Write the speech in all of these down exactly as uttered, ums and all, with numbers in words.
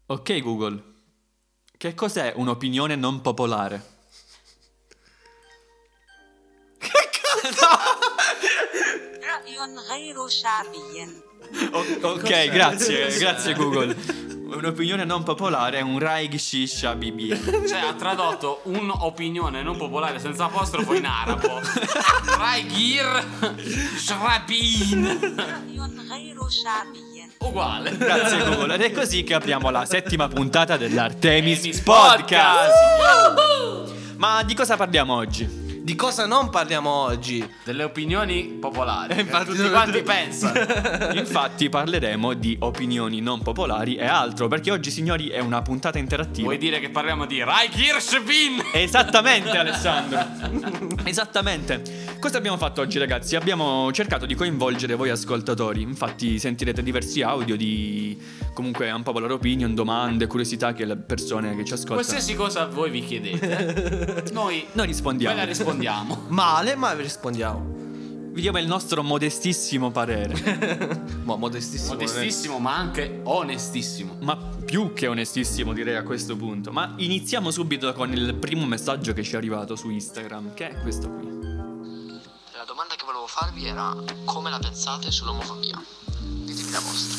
Ok Google, che cos'è un'opinione non popolare? رأي غير شعبي. O- ok, grazie, grazie Google. Un'opinione non popolare è un Raig Shisha B B. Cioè ha tradotto un'opinione non popolare senza apostrofo in arabo. Raigir Shrabin. رأي غير شعبي. Uguale. Grazie Google. Ed è così che apriamo la settima puntata dell'Artemis Artemis Podcast. Ma di cosa parliamo oggi? Di cosa non parliamo oggi? Delle opinioni popolari. Che infatti tutti non- quanti pensano. Infatti parleremo di opinioni non popolari e altro, perché oggi, signori, è una puntata interattiva. Vuoi dire che parliamo di Raigir Shrabin? Esattamente, Alessandro. Esattamente. Cosa abbiamo fatto oggi, ragazzi? Abbiamo cercato di coinvolgere voi ascoltatori. Infatti sentirete diversi audio di comunque unpopular opinion, domande, curiosità che le persone che ci ascoltano. Qualsiasi cosa voi vi chiedete, noi Noi ve rispondiamo. la rispondiamo. Male, ma vi rispondiamo. Vi diamo il nostro modestissimo parere. Ma modestissimo. Modestissimo, ma anche onestissimo. Ma più che onestissimo, direi, a questo punto. Ma iniziamo subito con il primo messaggio che ci è arrivato su Instagram, che è questo qui. La domanda che volevo farvi era come la pensate sull'omofobia? Ditemi la vostra.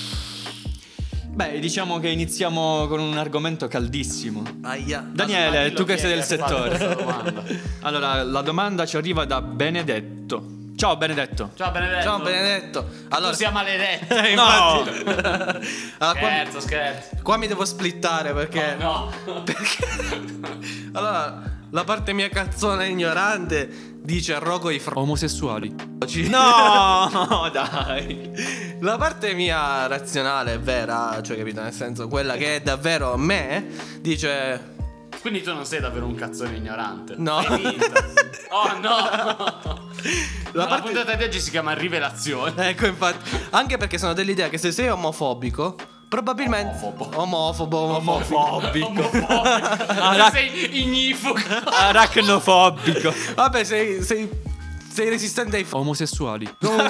Beh, diciamo che iniziamo con un argomento caldissimo. Aia. Daniele, dillo tu che chi è sei del che ha fatto questa settore. domanda. Allora, la domanda ci arriva da Benedetto. Ciao Benedetto. Ciao Benedetto. Ciao Benedetto. Allora, Allora, tu sia maledetto. Eh, No! infatti. Allora, qua, Scherzo, scherzo. qua mi devo splittare perché No. perché allora la parte mia cazzona ignorante dice rogo i Omosessuali. froci. No, dai. La parte mia razionale è vera, cioè capito, nel senso quella che è davvero me dice Quindi tu non sei davvero un cazzone ignorante. No. Hai vinto. Oh no. La, parte- puntata di oggi si chiama Rivelazione. ecco, infatti, anche perché sono dell'idea che se sei omofobico probabilmente Omofobo. omofobo omofobico. Omofobico. Ara- sei ignifugo. Aracnofobico. Vabbè, sei, sei, sei resistente ai f- Omosessuali.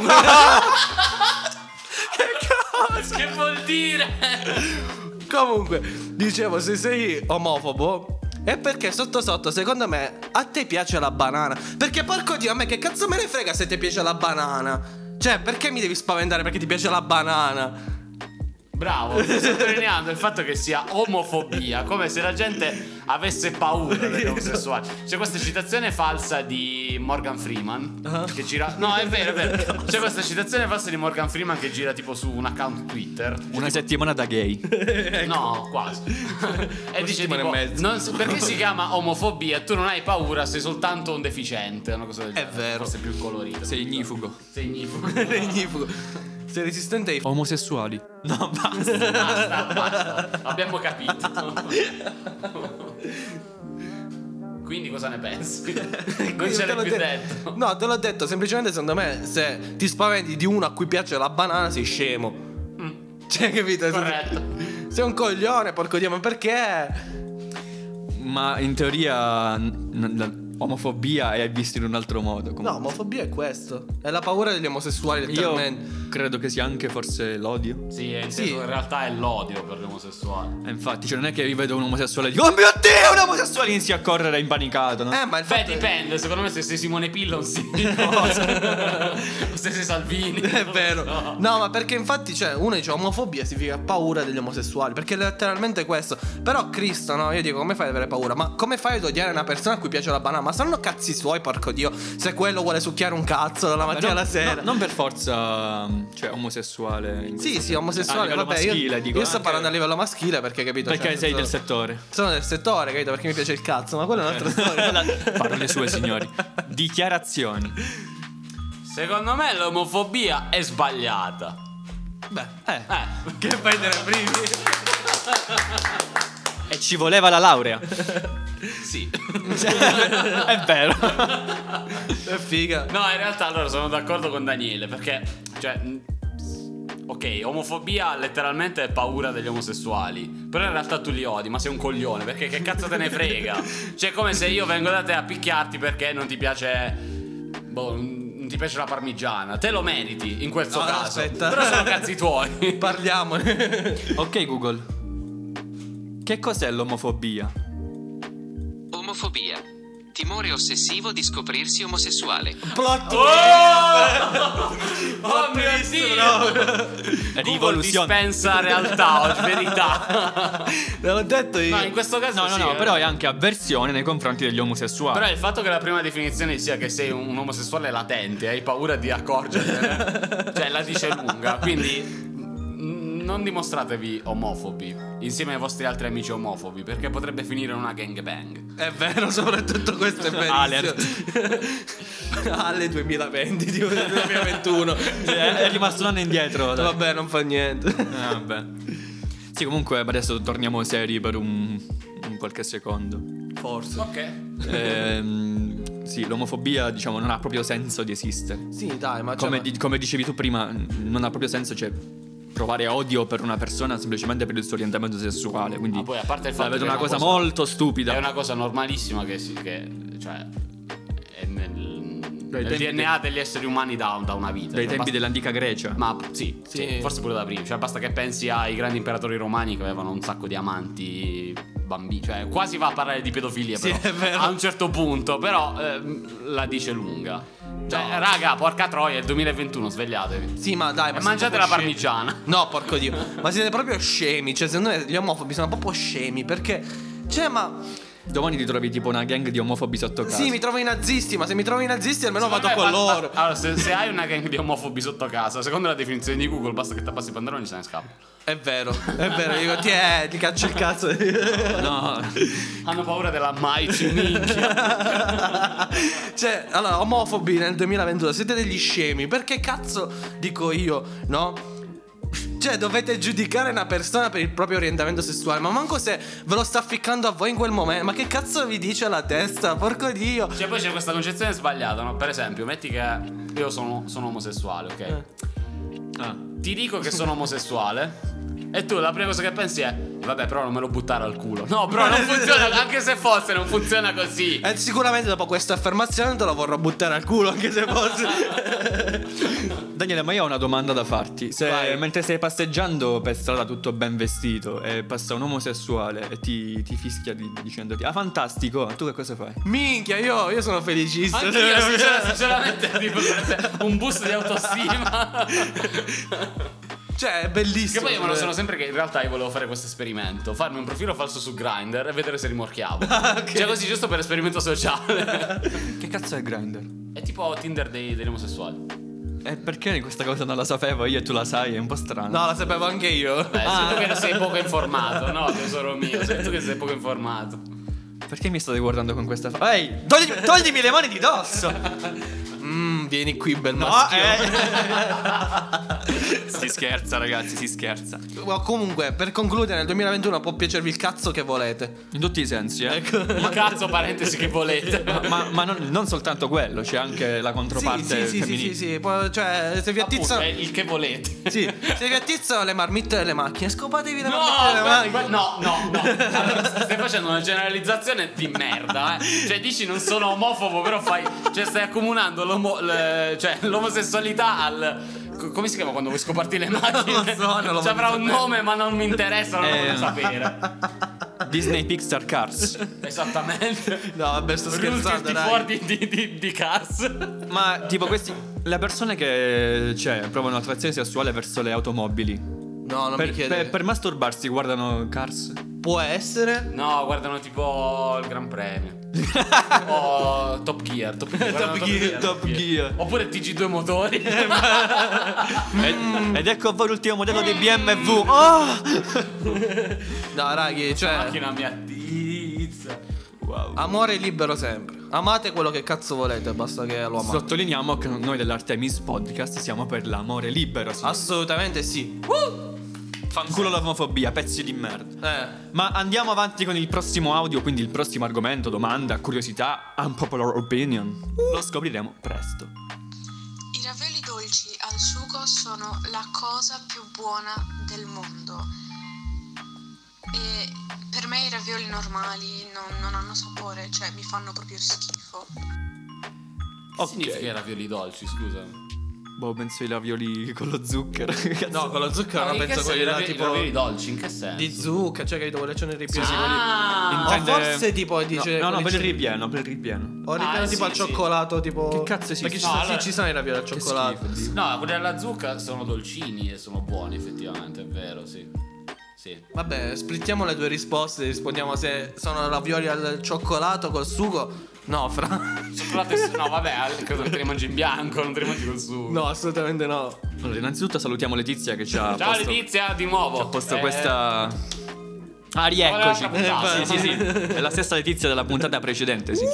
Che vuol dire? Comunque, dicevo, se sei omofobo è perché sotto sotto, secondo me, a te piace la banana. Perché porco Dio, a me che cazzo me ne frega se ti piace la banana? Cioè, perché mi devi spaventare perché ti piace la banana? Bravo, stai sottolineando il fatto che sia omofobia, come se la gente avesse paura degli omosessuali. C'è questa citazione falsa di Morgan Freeman che gira. No, è vero, è vero. C'è questa citazione falsa di Morgan Freeman che gira tipo su un account Twitter. Una settimana da gay. No, quasi. E dice settimana tipo e mezzo. non so- perché si chiama omofobia? Tu non hai paura, sei soltanto un deficiente. Una cosa del È genere. vero. Forse più colorito. Sei ignifugo. Sei ignifugo. Ignifugo. Sei resistente ai f- Omosessuali. No, basta. Basta, basta. Abbiamo capito. Quindi cosa ne pensi? Non Quindi ce te l'hai l'ho più detto. detto. No, te l'ho detto, semplicemente secondo me se ti spaventi di uno a cui piace la banana sei scemo. Cioè, capito? Corretto. Sei un coglione, porco Dio, ma perché? Ma in teoria n- n- la omofobia è vista in un altro modo. No, comunque. omofobia è questo. È la paura degli omosessuali, Io letteralmente. credo che sia anche forse l'odio. Sì, è Sì. in realtà è l'odio per gli omosessuali. E infatti, cioè, non è che io vedo un omosessuale e dico: oh mio Dio, è un omosessuale! Inizia a correre impanicato, no? Eh, ma il Beh, fatto dipende, secondo me se sei Simone Pillon sì. O se sei Salvini. è vero. No, ma perché infatti, cioè, uno dice omofobia significa paura degli omosessuali. Perché è letteralmente questo. Però, Cristo, no? Io dico, come fai ad avere paura? Ma come fai ad odiare una persona a cui piace la banana? Ma saranno cazzi suoi, porco Dio. Se quello vuole succhiare un cazzo dalla Beh, mattina no- alla sera. no- non per forza, cioè, omosessuale. in Sì, questo sì, senso. omosessuale. A livello Vabbè, maschile, io, dico. io sto anche- parlando a livello maschile perché, capito? Perché Cioè, sei del sono- settore. Sono del settore, capito? Perché mi piace il cazzo. Ma quella è un'altra storia. La- Parole sue, signori. Dichiarazioni. Secondo me l'omofobia è sbagliata. Beh, Eh, Eh. che prendere primi. e ci voleva la laurea. Sì. È vero. È figa. No, in realtà allora sono d'accordo con Daniele perché, cioè, mh, ok, omofobia letteralmente è paura degli omosessuali. Però in realtà tu li odi, ma sei un coglione, perché che cazzo te ne frega? Cioè, è come se io vengo da te a picchiarti perché non ti piace. Boh, non ti piace la parmigiana. Te lo meriti in questo No, caso. aspetta. Però sono cazzi tuoi. Parliamone. Ok, Google. Che cos'è l'omofobia? Omofobia. Timore ossessivo di scoprirsi omosessuale. Plot Oh mio Dio! Rivoluzione. Dispensa realtà o verità. Te l'ho detto io. No, in questo caso No, no, sì, no, eh. però è anche avversione nei confronti degli omosessuali. Però il fatto che la prima definizione sia che sei un omosessuale latente, hai paura di accorgertene, cioè la dice lunga. Quindi mh, non dimostratevi omofobi insieme ai vostri altri amici omofobi, perché potrebbe finire in una gangbang. È vero, soprattutto questo è verissimo. Alert. Alle duemilaventi, tipo duemilaventuno. è, è rimasto un anno indietro. dai. Vabbè, non fa niente. Eh, vabbè. Sì, comunque adesso torniamo seri per un, un qualche secondo. Forse. Ok. Ehm, sì, l'omofobia, diciamo, non ha proprio senso di esistere. Sì, dai, ma Come, cioè, di- come dicevi tu prima, non ha proprio senso, cioè provare odio per una persona semplicemente per il suo orientamento sessuale. Quindi Ma poi, a parte il la fatto vedo che una è una cosa, cosa- molto stupida. È una cosa normalissima che si che cioè è nel, nel tempi D N A degli esseri umani da, da una vita. Dai Cioè, tempi basta- dell'antica Grecia. Ma sì, Sì. sì, forse pure da prima. Cioè, basta che pensi ai grandi imperatori romani che avevano un sacco di amanti bambini. Cioè, quasi va a parlare di pedofilia, Sì, però. è vero. A un certo punto, però ehm, la dice lunga. Cioè, raga, porca troia, è il duemilaventuno, svegliatevi. sì, ma dai, ma E siete mangiate proprio la scemi. parmigiana. No, porco Dio. Ma siete proprio scemi. Cioè, secondo me gli omofobi sono proprio scemi. Perché, cioè, ma Domani ti trovi tipo una gang di omofobi sotto casa. sì, mi trovo i nazisti. Ma se mi trovo i nazisti, almeno Secondo vado me con basta- loro. Allora, se, se hai una gang di omofobi sotto casa, secondo la definizione di Google, basta che tappassi i pantaloni e se ne scappa. È vero, è vero. Dico, ti è, ti caccio il cazzo. No. Hanno paura della maici, minchia. Cioè, allora, omofobi nel duemilaventuno, siete degli scemi. Perché cazzo dico io, no? Cioè, dovete giudicare una persona per il proprio orientamento sessuale. Ma manco se ve lo sta ficcando a voi in quel momento. Ma che cazzo vi dice la testa? Porco Dio. Cioè, poi c'è questa concezione sbagliata, no? Per esempio, metti che io sono, sono omosessuale, ok? Eh. Ah. Ti dico che sono omosessuale. E tu la prima cosa che pensi è vabbè, però non me lo buttare al culo. No, però non funziona. Anche se fosse, non funziona così. E sicuramente dopo questa affermazione te lo vorrò buttare al culo, anche se fosse. Daniele, ma io ho una domanda da farti. Se Vai. mentre stai passeggiando per strada tutto ben vestito e passa un omosessuale e ti, ti fischia di- dicendoti ah fantastico, tu che cosa fai? Minchia, io, io sono felicissimo. Anch'io, sincer- sinceramente, tipo, un boost di autostima. Cioè, è bellissimo. Che poi io me lo sono sempre che in realtà io volevo fare questo esperimento, farmi un profilo falso su Grindr e vedere se rimorchiavo. Ok. Cioè così giusto per esperimento sociale. Che cazzo è Grindr? È tipo Tinder dei, degli omosessuali. E perché questa cosa non la sapevo io e tu la sai? È un po' strano. No, la sapevo anche io. Beh, Ah. sei tu che sei poco informato, no tesoro mio, sei tu che sei poco informato. Perché mi state guardando con questa fa- Ehi, toglimi, toglimi le mani di dosso! Mmm, vieni qui, bel No, maschio. eh. Si scherza, ragazzi, si scherza. Ma comunque, per concludere, nel duemilaventuno può piacervi il cazzo che volete. In tutti i sensi, eh. Ma cazzo, parentesi che volete. Ma, ma non, non soltanto quello, c'è anche la controparte Sì, sì, sì, sì, femminile. sì, sì. Poi, cioè, se vi Appunto, attizzano. è il che volete. Sì, se vi attizzano le marmitte delle macchine, scopatevi le No, marmitte delle que- macchine. que- no, no, no. Allora, stai facendo una generalizzazione di merda, eh. Cioè, dici non sono omofobo, però fai. Cioè, stai accomunando l'omo- le- cioè, l'omosessualità al. co- Come si chiama quando vuoi scoparti le macchine? Non lo so, non lo Cioè, avrà voglio un sapere. nome, ma non mi interessa, non lo Eh. voglio sapere. Disney Pixar Cars. Esattamente. No, vabbè, sto scherzando, Rules dai. fuori di, di, di, di Cars. Ma tipo questi le persone che cioè provano attrazione sessuale verso le automobili. No, non Per, mi chiede. per- per masturbarsi guardano Cars. Può essere. No, guardano tipo il Gran Premio. O Top Gear. Top Gear, guardano Top Gear, Top Gear. Oppure T G due motori. Ed, ed ecco a voi l'ultimo modello di B M W. Oh! No, raghi, La cioè. macchina mi attizza. Wow. Amore libero sempre. Amate quello che cazzo volete, basta che lo amate. Sottolineiamo che noi dell'Artemis Podcast siamo per l'amore libero. Sì. Assolutamente sì. Fanculo l'omofobia, pezzi di merda. Eh. Ma andiamo avanti con il prossimo audio, quindi il prossimo argomento, domanda, curiosità, unpopular opinion. Lo scopriremo presto. I ravioli dolci al sugo sono la cosa più buona del mondo. E per me i ravioli normali non, non hanno sapore, cioè mi fanno proprio schifo. Che significa i ravioli dolci, scusa? Boh, penso ai ravioli con lo zucchero. No, con lo zucchero Ma no, in che penso senso? quelli là I tipo ravioli dolci, in che senso? di zucca, cioè che dove c'è il ripieno. Ah, O Intende- forse tipo dice No, no, no, quelli per il c'è- ripieno, per il ripieno. O ripieno Ah, tipo sì, al sì. cioccolato, tipo. Che cazzo esiste? Perché ci, No, sono, allora- sì, ci sono i ravioli al Che cioccolato. schifo, Dio. no, quelli alla zucca sono dolcini e sono buoni effettivamente, è vero, sì. Sì. Vabbè, splittiamo le due risposte. Rispondiamo se sono ravioli al cioccolato col sugo. No, fra. Cioccolato e- no, vabbè, cosa te li mangi in bianco, non te li mangi col sugo. No, assolutamente no. Allora, innanzitutto salutiamo Letizia che ci ha Ciao posto, Letizia, di nuovo. ci ha posto Eh, questa. Ah, rieccoci. Qual è la puntata? Sì, sì, sì. È la stessa Letizia della puntata precedente, signore.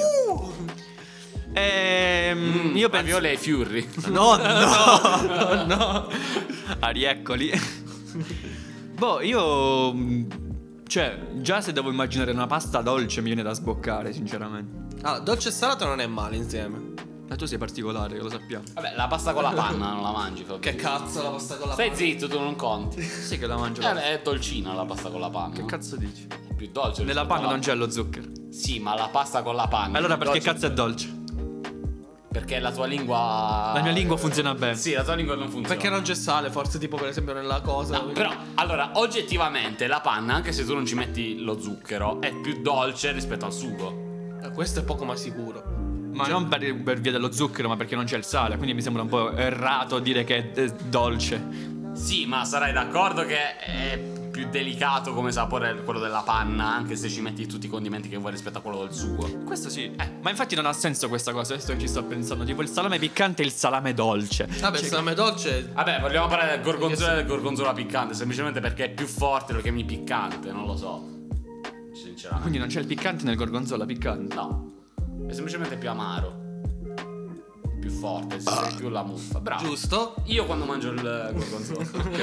Ehm, mm, io penso. ravioli ai fiorri. No, no, no. Ah, rieccoli. Boh, io. Cioè, già se devo immaginare una pasta dolce mi viene da sboccare, sinceramente. Ah, dolce e salato non è male insieme. Ma tu sei particolare, lo sappiamo. Vabbè, la pasta con la panna non la mangi, Fabio. Che cazzo la pasta con la Stai panna? zitto, tu non conti. Sì che la mangio. Eh, è dolcina la pasta con la panna. Che cazzo dici? È più dolce. Nella rispetto panna alla- non c'è lo zucchero. Sì, ma la pasta con la panna. Allora più perché dolce- cazzo è dolce? Perché la tua lingua. La mia lingua funziona bene. Sì, la tua lingua non funziona. Perché non c'è sale, forse tipo per esempio nella cosa. No, però, allora, oggettivamente la panna, anche se tu non ci metti lo zucchero, è più dolce rispetto al sugo. Eh, Questo è poco ma sicuro. Ma non per, per via dello zucchero, ma perché non c'è il sale. Quindi mi sembra un po' errato dire che è eh, dolce. Sì, ma sarai d'accordo che è più delicato come sapore quello della panna, anche se ci metti tutti i condimenti che vuoi rispetto a quello del sugo. Questo sì. Eh, ma infatti non ha senso questa cosa. Adesso che ci sto pensando. Tipo il salame piccante e il salame dolce. Vabbè, il salame dolce. Vabbè, vogliamo parlare del gorgonzola e del gorgonzola piccante, semplicemente perché è più forte, lo chiami piccante, non lo so. Sinceramente. Quindi non c'è il piccante nel gorgonzola piccante. No, è semplicemente più amaro. Più forte, sei più la muffa. Bravo. Giusto? Io quando mangio il gorgonzola.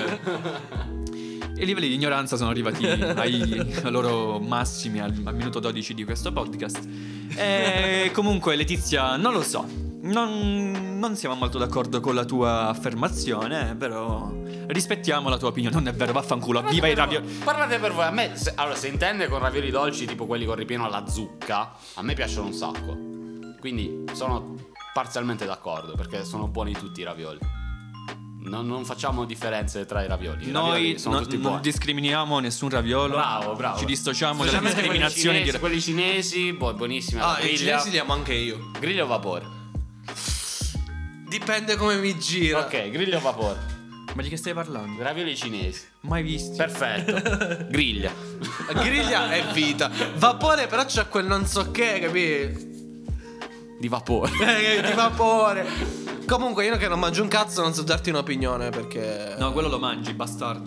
I livelli di ignoranza sono arrivati ai loro massimi al, al minuto dodici di questo podcast. E comunque, Letizia, non lo so. Non, non siamo molto d'accordo con la tua affermazione, però rispettiamo la tua opinione. Non è vero, vaffanculo. Viva i ravioli. Parlate per voi. A me, se, allora, se intende con ravioli dolci, tipo quelli con ripieno alla zucca, a me piacciono un sacco. Quindi sono parzialmente d'accordo, perché sono buoni tutti i ravioli. Non, non facciamo differenze tra i ravioli. I Noi ravioli sono non, tutti non buoni. discriminiamo nessun raviolo. Bravo, bravo. Ci dissociamo dalle Specialmente discriminazioni quelli di cinesi, quelli cinesi, boh, buonissimi. alla Ah, i griglia. cinesi li amo anche io. Griglio o vapore? Dipende come mi gira. Ok, griglio o vapore? Ma di che stai parlando? Ravioli cinesi. Mai visti? Perfetto. Griglia. Griglia è vita. Vapore però c'è quel non so che, capì? Di vapore. Eh, di vapore. Comunque io che non mangio un cazzo non so darti un'opinione perché. No, quello lo mangi, bastardo.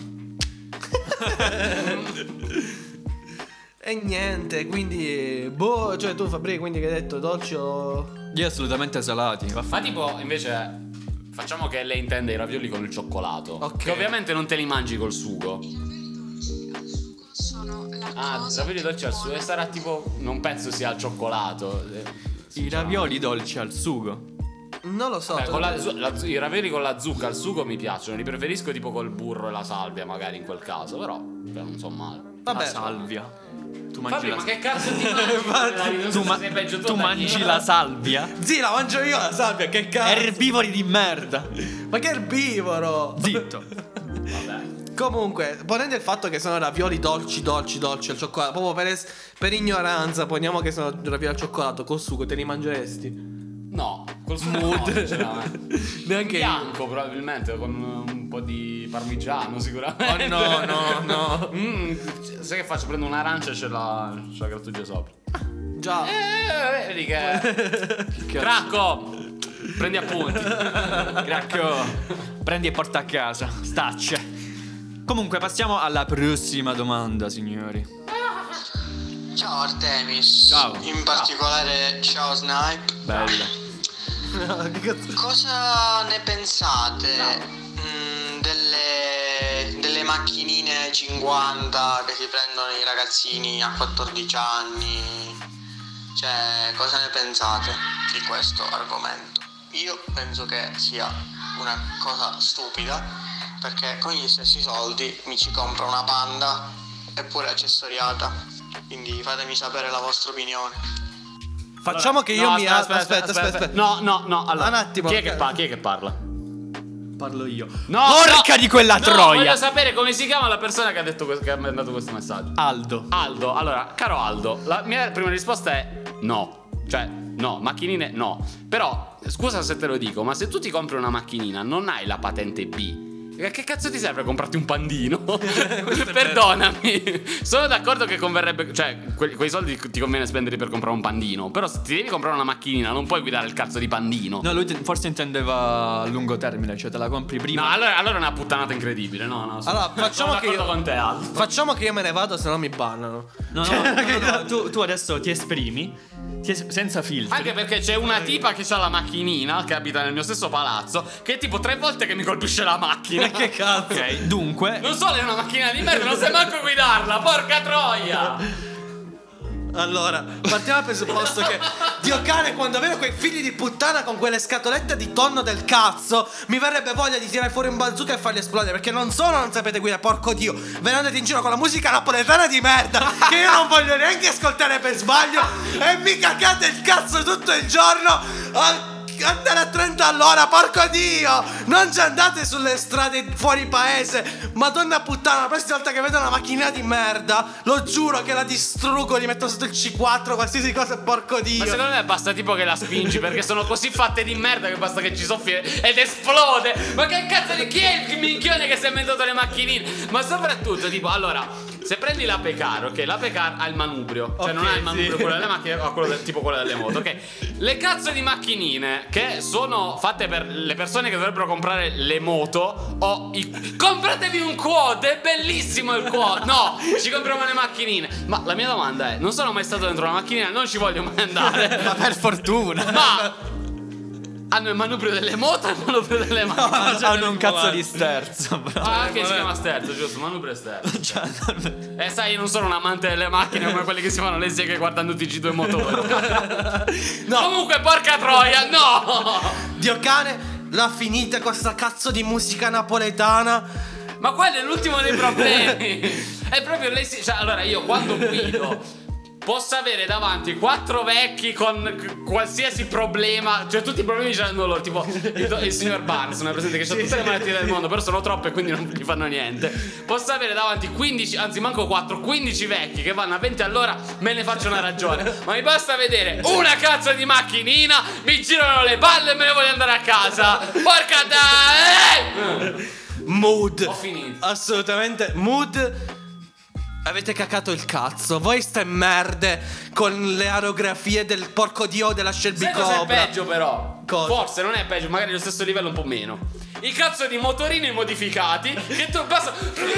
E niente, quindi. Boh, cioè tu Fabri, quindi che hai detto dolce o. Io assolutamente salati. Ma tipo, invece, facciamo che lei intende i ravioli con il cioccolato. Ok. Che ovviamente non te li mangi col sugo. I ravioli dolci al sugo sono la Ah, cosa ravioli più dolci al sugo. E buona. sarà tipo. Non penso sia al cioccolato. eh, I ravioli dolci al sugo. Non lo so. Beh, tu- con la zu- la zu- i ravioli con la zucca al sugo mi piacciono. Li preferisco tipo col burro e la salvia, magari in quel caso. Però, beh, non so male. Vabbè. La salvia. Tu mangi Fabio, la ma che cazzo ti mangi? Non so Tu, se ma- sei peggio tu tu o mangi Daniele. la salvia? Zì, la mangio io la salvia, che cazzo. Erbivori di merda. Ma che erbivoro. Zitto. Vabbè. Comunque, ponendo il fatto che sono ravioli dolci, dolci, dolci al cioccolato, proprio per, es- per ignoranza, poniamo che sono ravioli al cioccolato col sugo, te li mangeresti? No, col sugo no, sinceramente. Neanche io. Bianco probabilmente, con un po' di parmigiano sicuramente. Oh no, no, no. Mm, sai che faccio? Prendo un'arancia e ce la, ce la grattugia sopra. Già. Eh, vedi che... Cracco! Prendi appunti. Cracco. Prendi e porta a casa. Stacce. Comunque passiamo alla prossima domanda, signori. Ciao Artemis. Ciao. In particolare ciao Snipe. Bella. Che cazzo? Cosa ne pensate mm, delle, delle macchinine cinquanta che si prendono i ragazzini a quattordici anni? Cioè, cosa ne pensate di questo argomento? Io penso che sia una cosa stupida, perché con gli stessi soldi mi ci compro una Panda eppure accessoriata. Quindi fatemi sapere la vostra opinione. Facciamo che io No, mi aspetta, aspetta, aspetta, aspetta, aspetta. No, no, no. Allora, Un attimo. Chi è che, pa- chi è che parla? parlo io. No, Porca no, di quella no, troia. Voglio sapere come si chiama la persona che ha detto que- che ha mandato questo messaggio. Aldo. Aldo, allora, caro Aldo, la mia prima risposta è no. Cioè, no, macchinine no. Però, scusa se te lo dico, ma se tu ti compri una macchinina, non hai la patente B. Che cazzo ti serve comprarti un pandino? Perdonami. Sono d'accordo che converrebbe. Cioè, que- quei soldi ti conviene spenderli per comprare un pandino. Però se ti devi comprare una macchinina, non puoi guidare il cazzo di pandino. No, lui te- forse intendeva a lungo termine, cioè te la compri prima. No, allora, allora è una puttanata incredibile. No, no. sono- Allora, facciamo sono che d'accordo io- con te, Aldo. Facciamo che io me ne vado, se no mi bannano. No, no, no, no, no, tu, tu adesso ti esprimi ti es- senza filtri. Anche perché c'è una tipa che ha la macchinina, che abita nel mio stesso palazzo, che è tipo tre volte che mi colpisce la macchina. Che cazzo? Ok, dunque. Non solo è una macchina di merda, non sai manco guidarla, porca troia! Allora, partiamo dal presupposto che Dio cane, quando vedo quei figli di puttana con quelle scatolette di tonno del cazzo, mi verrebbe voglia di tirare fuori un bazooka e farli esplodere. Perché non solo non sapete guidare, porco Dio, ve ne andate in giro con la musica napoletana di merda che io non voglio neanche ascoltare per sbaglio, e mi cagate il cazzo tutto il giorno a andare a trenta all'ora, porco Dio! Non ci andate sulle strade fuori paese. Madonna puttana, la prossima volta che vedo una macchina di merda, lo giuro che la distruggo, gli metto sotto il C quattro, qualsiasi cosa, porco Dio. Ma secondo me basta tipo che la spingi, perché sono così fatte di merda che basta che ci soffi ed esplode. Ma che cazzo di chi è il minchione che si è inventato le macchinine? Ma soprattutto tipo, allora, se prendi l'Ape Car, ok, l'Ape Car ha il manubrio, cioè Ok, non ha il manubrio sì. quello delle macchine, ma quello del- tipo quello delle moto, ok. Le cazzo di macchinine che sono fatte per le persone che dovrebbero comprare le moto o i... Compratevi un quad, è bellissimo il quad. No, ci compriamo le macchinine. Ma la mia domanda è, non sono mai stato dentro una macchinina, non ci voglio mai andare. Ma per fortuna. Ma hanno il manubrio delle moto e il manubrio delle macchine. Hanno un cazzo di sterzo. però. Ah, anche si chiama sterzo, giusto? Manubrio e sterzo. Cioè, non- Eh, sai, io non sono un amante delle macchine come quelli che si fanno le seghe guardando T G due motori. No. Comunque, porca troia, no! Dio cane, la finita con sta cazzo di musica napoletana. Ma quello è l'ultimo dei problemi. È proprio lei si... Cioè, allora io quando guido posso avere davanti quattro vecchi con c- qualsiasi problema. Cioè tutti i problemi ce l'hanno loro. Tipo il, il signor Barnes, non è presente, che ha tutte le malattie del mondo, però sono troppe e quindi non gli fanno niente. Posso avere davanti quindici, anzi manco quattro, quindici vecchi che vanno a venti all'ora, me ne faccio una ragione. Ma mi basta vedere una cazzo di macchinina, mi girano le palle e me ne voglio andare a casa. Porca dai! Mood. Ho finito. Assolutamente mood. Avete cacato il cazzo. Voi ste merde con le aerografie del porco Dio della Shelby Sai cos'è Cobra. peggio però? Cosa? Forse non è peggio, magari lo stesso livello un po' meno. I cazzo di motorini modificati che tu basta.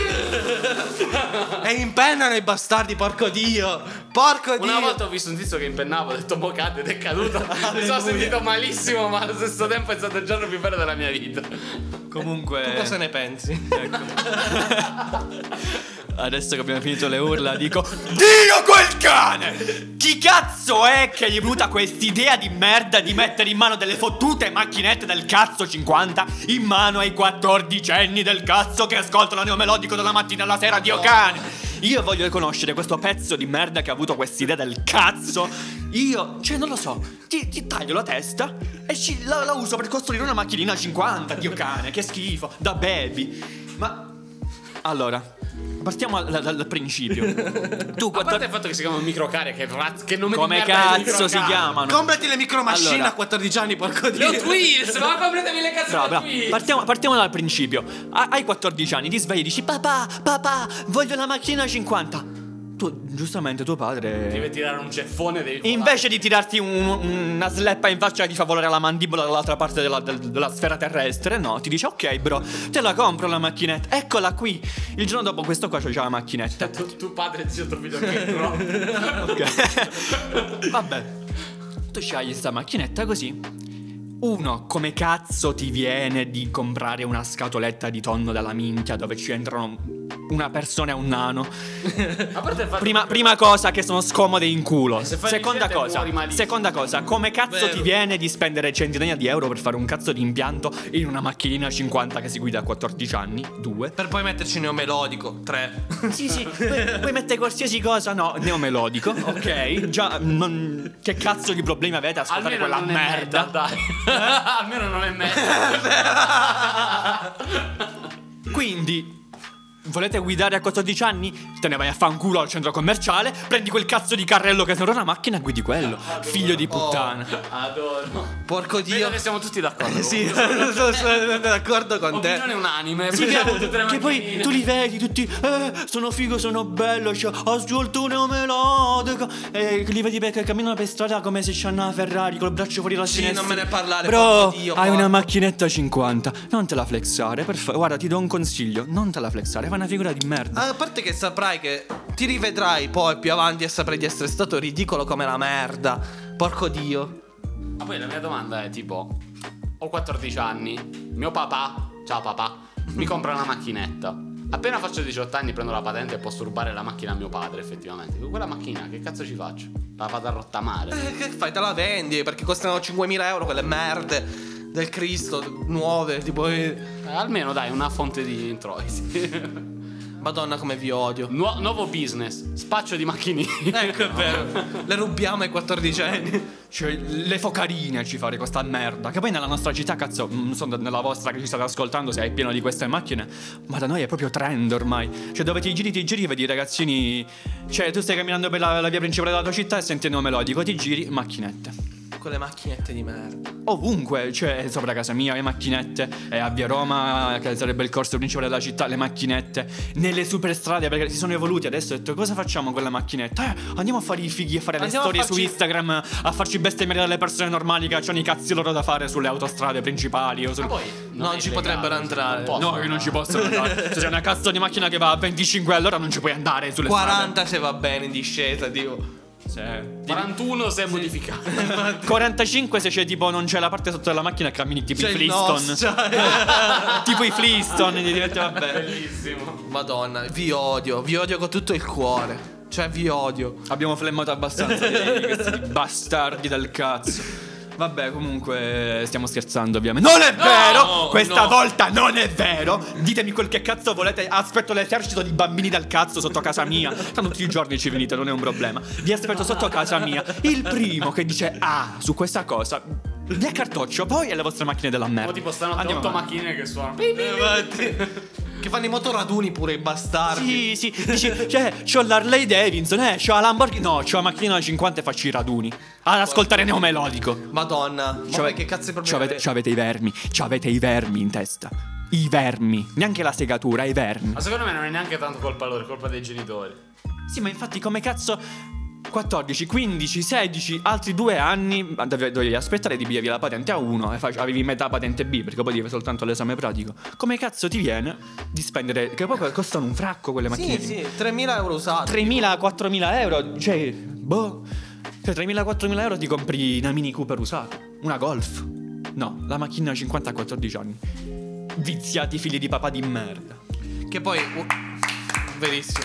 E impennano i bastardi, porco Dio. Porco Dio. Una volta ho visto un tizio che impennava, ho detto mo cade ed è caduto. Mi sono sentito malissimo, ma allo stesso tempo è stato il giorno più bello della mia vita. Comunque. Cosa ne pensi? Adesso che abbiamo finito le urla dico Dio quel cane! Chi cazzo è che gli è venuta quest'idea di merda di mettere in mano delle fottute macchinette del cazzo cinquanta in mano ai quattordicenni del cazzo che ascoltano neo melodico dalla mattina alla sera, Dio cane! Io voglio riconoscere questo pezzo di merda che ha avuto quest'idea del cazzo. Io, cioè non lo so, ti, ti taglio la testa e ci, la, la uso per costruire una macchinina cinquanta, Dio cane, che schifo, da baby. Ma allora, partiamo dal, dal principio. Tu A parte quattro... il fatto che si chiamano microcari, che, razz- che nome come di merda è cazzo si microcari? chiamano? Comprati le micromachine Allora. a quattordici anni, porco Le Dio. Hot Wheels, ma compratevi le cazzo Bravo, di Hot bravo. Wheels. Partiamo, partiamo dal principio. Ha- Hai quattordici anni, ti svegli e dici papà, papà, voglio la macchina cinquanta. Tu, giustamente tuo padre Deve tirare un ceffone devi invece di tirarti un- una sleppa in faccia che ti fa volare la mandibola dall'altra parte della, del- della sfera terrestre, no, ti dice ok bro, te la compro la macchinetta, eccola qui. Il giorno dopo questo qua c'ha la macchinetta. Tu, tu padre dice tuo figlio che è pro. Ok. Vabbè. Tu scegli sta macchinetta così. Uno, come cazzo ti viene di comprare una scatoletta di tonno dalla minchia dove ci entrano una persona è un nano. A parte il fatto Prima, che- prima cosa che sono scomode in culo. se fai Seconda ricette cosa, muori malissimo. seconda cosa, come cazzo Vero. ti viene di spendere centinaia di euro per fare un cazzo di impianto in una macchinina cinquanta che si guida a quattordici anni? Due. Per poi metterci neomelodico. Tre. Sì, sì, puoi, puoi mettere qualsiasi cosa, no, neomelodico, ok? Già, non- che cazzo di problemi avete a ascoltare Almeno quella non è merda? metal, dai. Almeno non è metal. Quindi, volete guidare a quattordici anni? Te ne vai a fanculo al centro commerciale, prendi quel cazzo di carrello che sembra una macchina e guidi quello. Figlio di puttana. Adoro. Porco Vedo Dio. che siamo tutti d'accordo. Sì, sono, sono d'accordo con te. Opinione unanime. Sì, prendiamo tutte le che poi macchinine. tu li vedi tutti, eh, sono figo, sono bello, c'ho- ho svolto un melodico. E li vedi perché camminano per strada come se c'hanno una Ferrari col braccio fuori dalla Sì, finestra. non me ne parlare, Bro, porco Dio, hai porco. una macchinetta cinquanta, non te la flexare, per fa- guarda, ti do un consiglio, non te la flexare, fai una figura di merda. A parte che saprai che ti rivedrai poi più avanti e saprai di essere stato ridicolo come la merda. Porco Dio. Ma poi la mia domanda è tipo: ho quattordici anni, mio papà, ciao papà, mi compra una macchinetta. Appena faccio diciotto anni prendo la patente e posso rubare la macchina a mio padre, effettivamente. Con quella macchina che cazzo ci faccio? La vado a rottamare. Eh, che fai? Te la vendi perché costano cinquemila euro quelle merde del Cristo nuove. Tipo, eh, Eh, almeno dai, una fonte di introiti. Madonna come vi odio. Nu- nuovo business, spaccio di macchinine. Ecco, è vero. Le rubiamo ai quattordicenni. Cioè, le focarine ci fare questa merda. Che poi nella nostra città, cazzo, non so nella vostra che ci state ascoltando se è pieno di queste macchine, ma da noi è proprio trend ormai. Cioè, dove ti giri, ti giri, vedi i ragazzini. Cioè, tu stai camminando per la, la via principale della tua città e senti un melodico, ti giri, macchinette. Quelle macchinette di merda. Ovunque, cioè sopra casa mia le macchinette, e a Via Roma, che sarebbe il corso principale della città, le macchinette, nelle superstrade, perché si sono evoluti. Adesso ho detto, cosa facciamo con la macchinetta? Eh, andiamo a fare i fighi e fare Andiamo a le storie farci- su Instagram, a farci bestemmiare dalle persone normali che hanno i cazzi loro da fare sulle autostrade principali o su... Ma poi Non è ci illegale, potrebbero cioè, entrare. non possono No, che non ci andare. possono andare. Se c'è una cazzo di macchina che va a venticinque all'ora non ci puoi andare sulle quaranta se va bene in discesa, tipo. strade. Sì. quarantuno se è modificato. quarantacinque se c'è tipo non c'è la parte sotto della macchina e cammini tipo C'è i il Flintstone. nos, cioè. Tipo i Flintstone, ti diventa vabbè. Bellissimo. Madonna, vi odio, vi odio con tutto il cuore. Cioè, vi odio. Abbiamo flemmato abbastanza di questi bastardi del cazzo. Vabbè, comunque stiamo scherzando ovviamente. Non è vero! Questa no. volta non è vero! Ditemi quel che cazzo volete. Aspetto l'esercito di bambini del cazzo sotto casa mia. Tanto tutti i giorni ci venite, non è un problema. Vi aspetto sotto casa mia. Il primo che dice ah su questa cosa vi accartoccio poi alle vostre macchine della merda. O tipo stanotte Andiamo otto avanti. macchine che suonano. Che fanno i motoraduni pure i bastardi. Sì, sì, dici, cioè, c'ho l'Harley Davidson, eh, c'ho la Lamborghini. No, c'ho la macchina da cinquanta e faccio i raduni. Ad ascoltare neomelodico. Madonna. C'avete- Ma che cazzo di problemi c'avete, avete? c'avete i vermi, c'avete i vermi in testa. I vermi, neanche la segatura, i vermi. Ma secondo me non è neanche tanto colpa loro, è colpa dei genitori. Sì, ma infatti come cazzo quattordici, quindici, sedici, altri due anni ma dove- dovevi aspettare di pigliarvi la patente A uno e fac- avevi metà patente B perché poi avevi soltanto l'esame pratico. Come cazzo ti viene di spendere, che poi costano un fracco quelle macchine? Sì, sì, tremila euro usati. tremila quattromila euro, cioè, boh. Cioè, tremila quattromila euro ti compri una Mini Cooper usata, una Golf. No, la macchina cinquanta a quattordici anni. Viziati figli di papà di merda. Che poi uh, verissimo.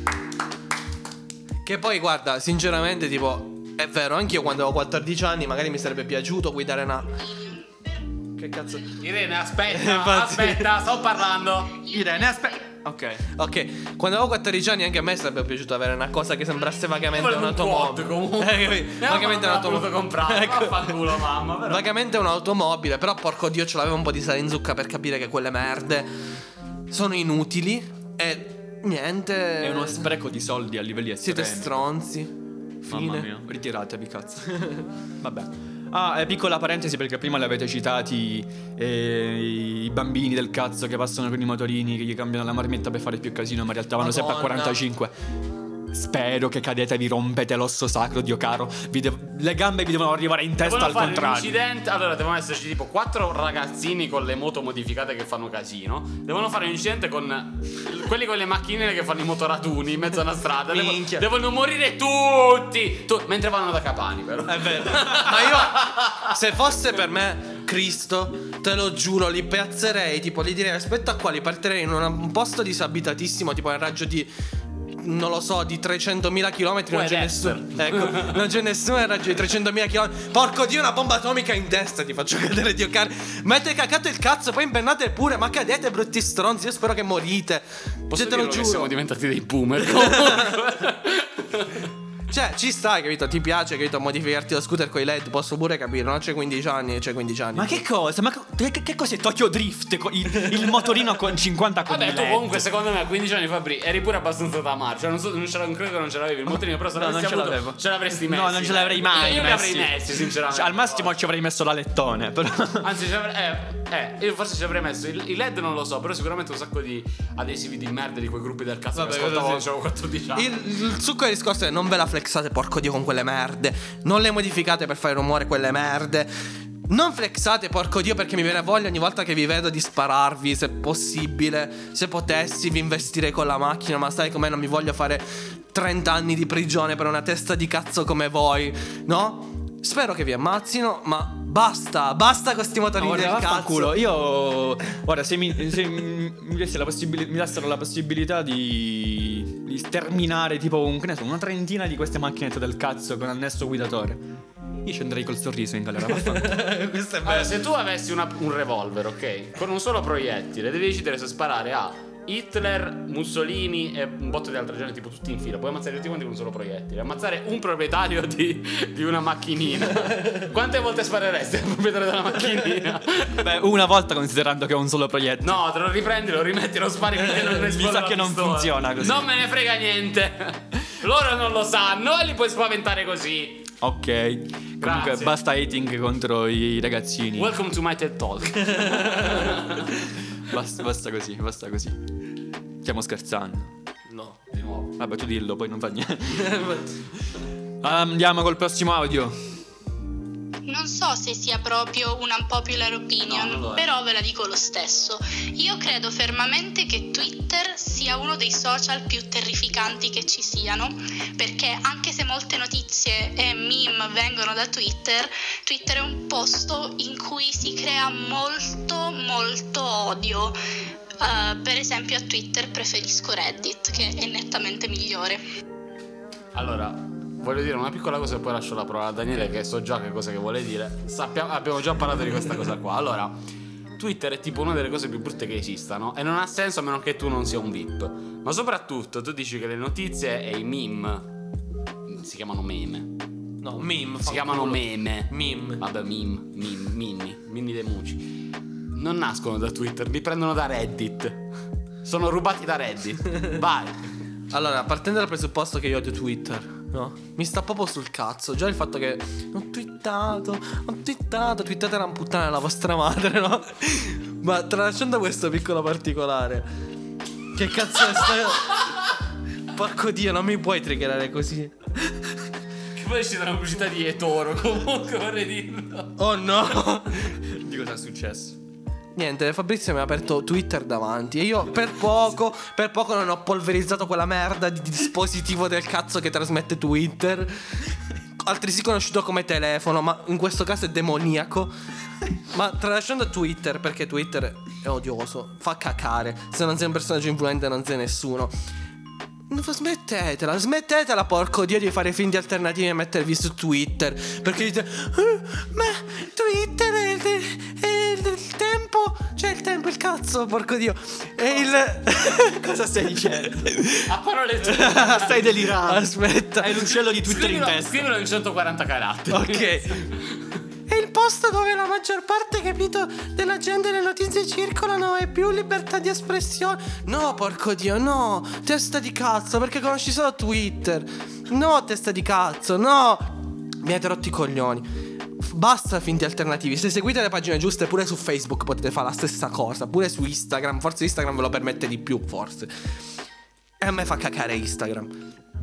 Che poi guarda, sinceramente tipo è vero, anch'io quando avevo quattordici anni magari mi sarebbe piaciuto guidare una. Che cazzo? Irene, aspetta, Infatti. aspetta, sto parlando. Irene, aspetta. Ok. Ok, quando avevo quattordici anni anche a me sarebbe piaciuto avere una cosa che sembrasse vagamente Volevo un un'automobile. quad, comunque. Eh, capito? Mia Vagamente mamma l'ha voluto un'automobile. comprare. Ecco. Vaffanculo, mamma, però. Vagamente un'automobile, però porco Dio ce l'aveva un po' di sale in zucca per capire che quelle merde sono inutili e niente. È uno spreco di soldi a livelli Siete estremi. stronzi. Mamma Fine. mia, ritiratevi cazzo. Vabbè. Ah, eh, piccola parentesi perché prima le avete citati eh, i bambini del cazzo che passano con i motorini che gli cambiano la marmetta per fare più casino, ma in realtà vanno sempre a Madonna. quarantacinque. Spero che cadete e vi rompete l'osso sacro, Dio caro. Vi devo- le gambe vi devono arrivare in testa Devono al fare contrario. un incidente. Allora devono esserci tipo quattro ragazzini con le moto modificate che fanno casino. Devono fare un incidente con quelli con le macchinine che fanno i motoraduni in mezzo a una strada. Devo- Minchia. devono morire tutti tu- mentre vanno da Capani però. È vero. Ma io, se fosse per me Cristo, te lo giuro, li piazzerei. Tipo, li direi: aspetta qua, li partirei in una- un posto disabitatissimo, tipo nel raggio di, non lo so, di trecentomila chilometri. Non Può c'è essere. nessuno. Ecco, non c'è nessuno nel raggio di trecentomila chilometri. Porco Dio, una bomba atomica in testa ti faccio cadere, Dio caro. Ma avete cagato il cazzo, poi impennate pure. Ma cadete, brutti stronzi. Io spero che morite. Posso Cioè, te lo dirlo che giuro. siamo diventati dei boomer comunque. Cioè, ci stai, capito? Ti piace, capito? Modificarti lo scooter con i L E D. Posso pure capire, no? C'è quindici anni, c'è quindici anni. Ma che cosa? Ma co- che, che cos'è Tokyo Drift? Co- Il, il motorino con cinquanta con Vabbè, i tu L E D. comunque secondo me a quindici anni fa Bri, eri pure abbastanza da marcia. Cioè, non, so, non, ce l'avevo- non credo che non ce l'avevi il motorino, però se No, non l'avessi ce avuto, l'avevo. ce l'avresti messo. No, non ce l'avrei mai. Io li avrei messi. messi, sinceramente. Cioè, al massimo ci avrei messo la lettone. Però. Anzi, ci avrei, eh, eh, io forse ci avrei messo il, il L E D, non lo so, però sicuramente un sacco di adesivi di merda di quei gruppi del cazzo Vabbè, che ascoltavo quello sì. quando avevo quattordici anni. Il, il succo del discorso è: non ve la flexate, porco Dio, con quelle merde. Non le modificate per fare rumore, quelle merde. Non flexate, porco Dio, perché mi viene voglia ogni volta che vi vedo di spararvi. Se possibile, se potessi, vi investirei con la macchina. Ma sai com'è? Non mi voglio fare trenta anni di prigione per una testa di cazzo come voi, no? Spero che vi ammazzino, ma basta, basta con sti motorini Guarda, del cazzo. vaffanculo. Io ora se mi, se mi, mi desse la possibili- mi dessero la possibilità di, di sterminare tipo un, che ne so, una trentina di queste macchinette del cazzo con annesso guidatore, io ci andrei col sorriso in galera. Vaffanculo. Questo è bello. Allora, se tu avessi una- un revolver, ok, con un solo proiettile, devi decidere se sparare a Hitler, Mussolini e un botto di altre gente, tipo tutti in fila. Puoi ammazzare tutti quanti con un solo proiettile. Ammazzare un proprietario di, di una macchinina. Quante volte spareresti al proprietario della macchinina? Beh, una volta, considerando che ho un solo proiettile. No, te lo riprendi, lo rimetti, lo spari perché non Mi esplode sa la che non pistola. funziona così. Non me ne frega niente. Loro non lo sanno e li puoi spaventare così. Ok. Comunque Grazie. basta hating contro i ragazzini. Welcome to my TED Talk. Basta, basta così, basta così. Stiamo scherzando. No. Di nuovo. Vabbè, tu dillo, poi non fa niente. Andiamo col prossimo audio. Non so se sia proprio una unpopular opinion, No, non lo è. però ve la dico lo stesso. Io credo fermamente che Twitter sia uno dei social più terrificanti che ci siano, perché anche se molte notizie e meme vengono da Twitter, Twitter è un posto in cui si crea molto molto odio. Uh, per esempio a Twitter preferisco Reddit, che è nettamente migliore. Allora, voglio dire una piccola cosa e poi lascio la parola a Daniele, che so già che cosa che vuole dire. Sappiamo, abbiamo già parlato di questa cosa qua. Allora, Twitter è tipo una delle cose più brutte che esistano e non ha senso a meno che tu non sia un V I P. Ma soprattutto tu dici che le notizie e i meme si chiamano meme. No, meme. Si chiamano meme. Meme. Vabbè, meme, meme, minni, minni dei muci. Non nascono da Twitter, li prendono da Reddit. Sono rubati da Reddit. Vai. Allora, partendo dal presupposto che io odio Twitter, no? Mi sta proprio sul cazzo. Già il fatto che ho twittato, ho twittato, twittate una puttana della vostra madre, no? Ma tralasciando questo piccolo particolare, che cazzo è sta... Porco Dio, non mi puoi triggerare così. Che poi c'è una pubblicità di eToro, comunque vorrei dirlo. Oh no. Di cosa è successo? Niente, Fabrizio mi ha aperto Twitter davanti e io per poco, per poco non ho polverizzato quella merda di dispositivo del cazzo che trasmette Twitter, altresì conosciuto come telefono, ma in questo caso è demoniaco. Ma tralasciando Twitter, perché Twitter è odioso, fa cacare, se non sei un personaggio influente non sei nessuno. Non smettetela, smettetela, porco Dio, di fare finti alternativi e mettervi su Twitter. Perché dite, "Ah, ma Twitter è il, è il- il tempo, cioè il tempo, il cazzo, porco Dio. È il... Cosa stai dicendo? A parole tue. Stai delirando. Aspetta. Hai l'uccello di Twitter in Scrivilo, testa. scrivilo in centoquaranta caratteri. Ok. È il posto dove la maggior parte, capito, della gente e le notizie circolano e più libertà di espressione. No, porco Dio, no. Testa di cazzo, perché conosci solo Twitter. No, testa di cazzo, no. Mi avete rotto i coglioni. F- Basta finti alternativi. Se seguite le pagine giuste pure su Facebook potete fare la stessa cosa. Pure su Instagram. Forse Instagram ve lo permette di più, forse. E a me fa cacare Instagram.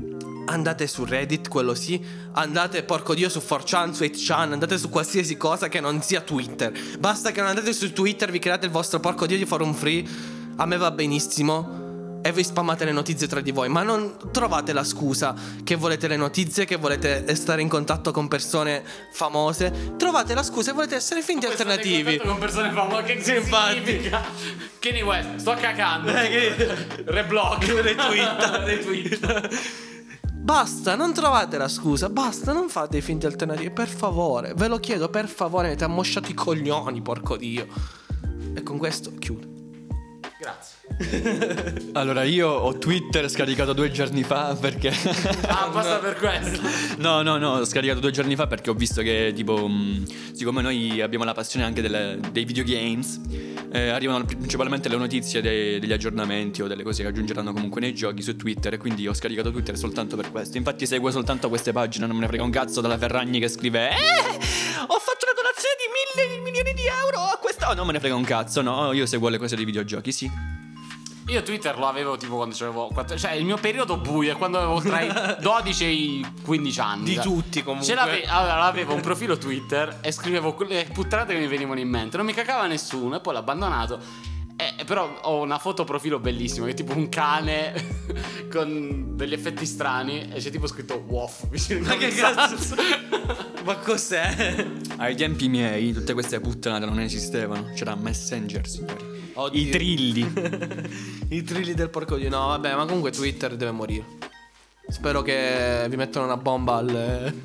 andate su Reddit, quello sì, andate porco dio su four chan, su eight chan, andate su qualsiasi cosa che non sia Twitter. Basta che non andate su Twitter, vi create il vostro porco dio di forum free, a me va benissimo, e vi spammate le notizie tra di voi, ma non trovate la scusa che volete le notizie, che volete stare in contatto con persone famose. Trovate la scusa e volete essere finti alternativi. Con persone famose, che Sì, infatti. significa? Kanye West, sto cacando. Eh, che- Reblog. Retweet. Retweet. Basta, non trovate la scusa, basta, non fate i finti alternativi, per favore, ve lo chiedo, per favore, avete ammosciato i coglioni, porco dio. E con questo chiudo. Grazie. Allora, io ho Twitter scaricato due giorni fa perché... Ah, basta per questo. No, no, no, ho scaricato due giorni fa perché ho visto che, tipo, mh, siccome noi abbiamo la passione anche delle- dei videogames, eh, arrivano principalmente le notizie dei- degli aggiornamenti o delle cose che aggiungeranno comunque nei giochi su Twitter, e quindi ho scaricato Twitter soltanto per questo. Infatti seguo soltanto queste pagine, non me ne frega un cazzo dalla Ferragni che scrive Eh, ho fatto una donazione di mille milioni di euro a questa... Oh, non me ne frega un cazzo, no, io seguo le cose dei videogiochi, sì. Io Twitter lo avevo tipo quando avevo quattro, cioè il mio periodo buio è quando avevo tra i dodici e i quindici anni. Di tutti comunque. Ce l'ave- allora avevo un profilo Twitter e scrivevo quelle puttanate che mi venivano in mente. Non mi cagava nessuno e poi l'ho abbandonato. Eh, però ho una foto profilo bellissima che è tipo un cane con degli effetti strani e c'è tipo scritto Woff vicino al Ma che cazzo? Ma cos'è? Ai tempi miei tutte queste puttanate non esistevano. C'era Messenger, signori. Oddio. I trilli. I trilli del porco dio. No, vabbè, ma comunque Twitter deve morire. Spero che vi mettano una bomba al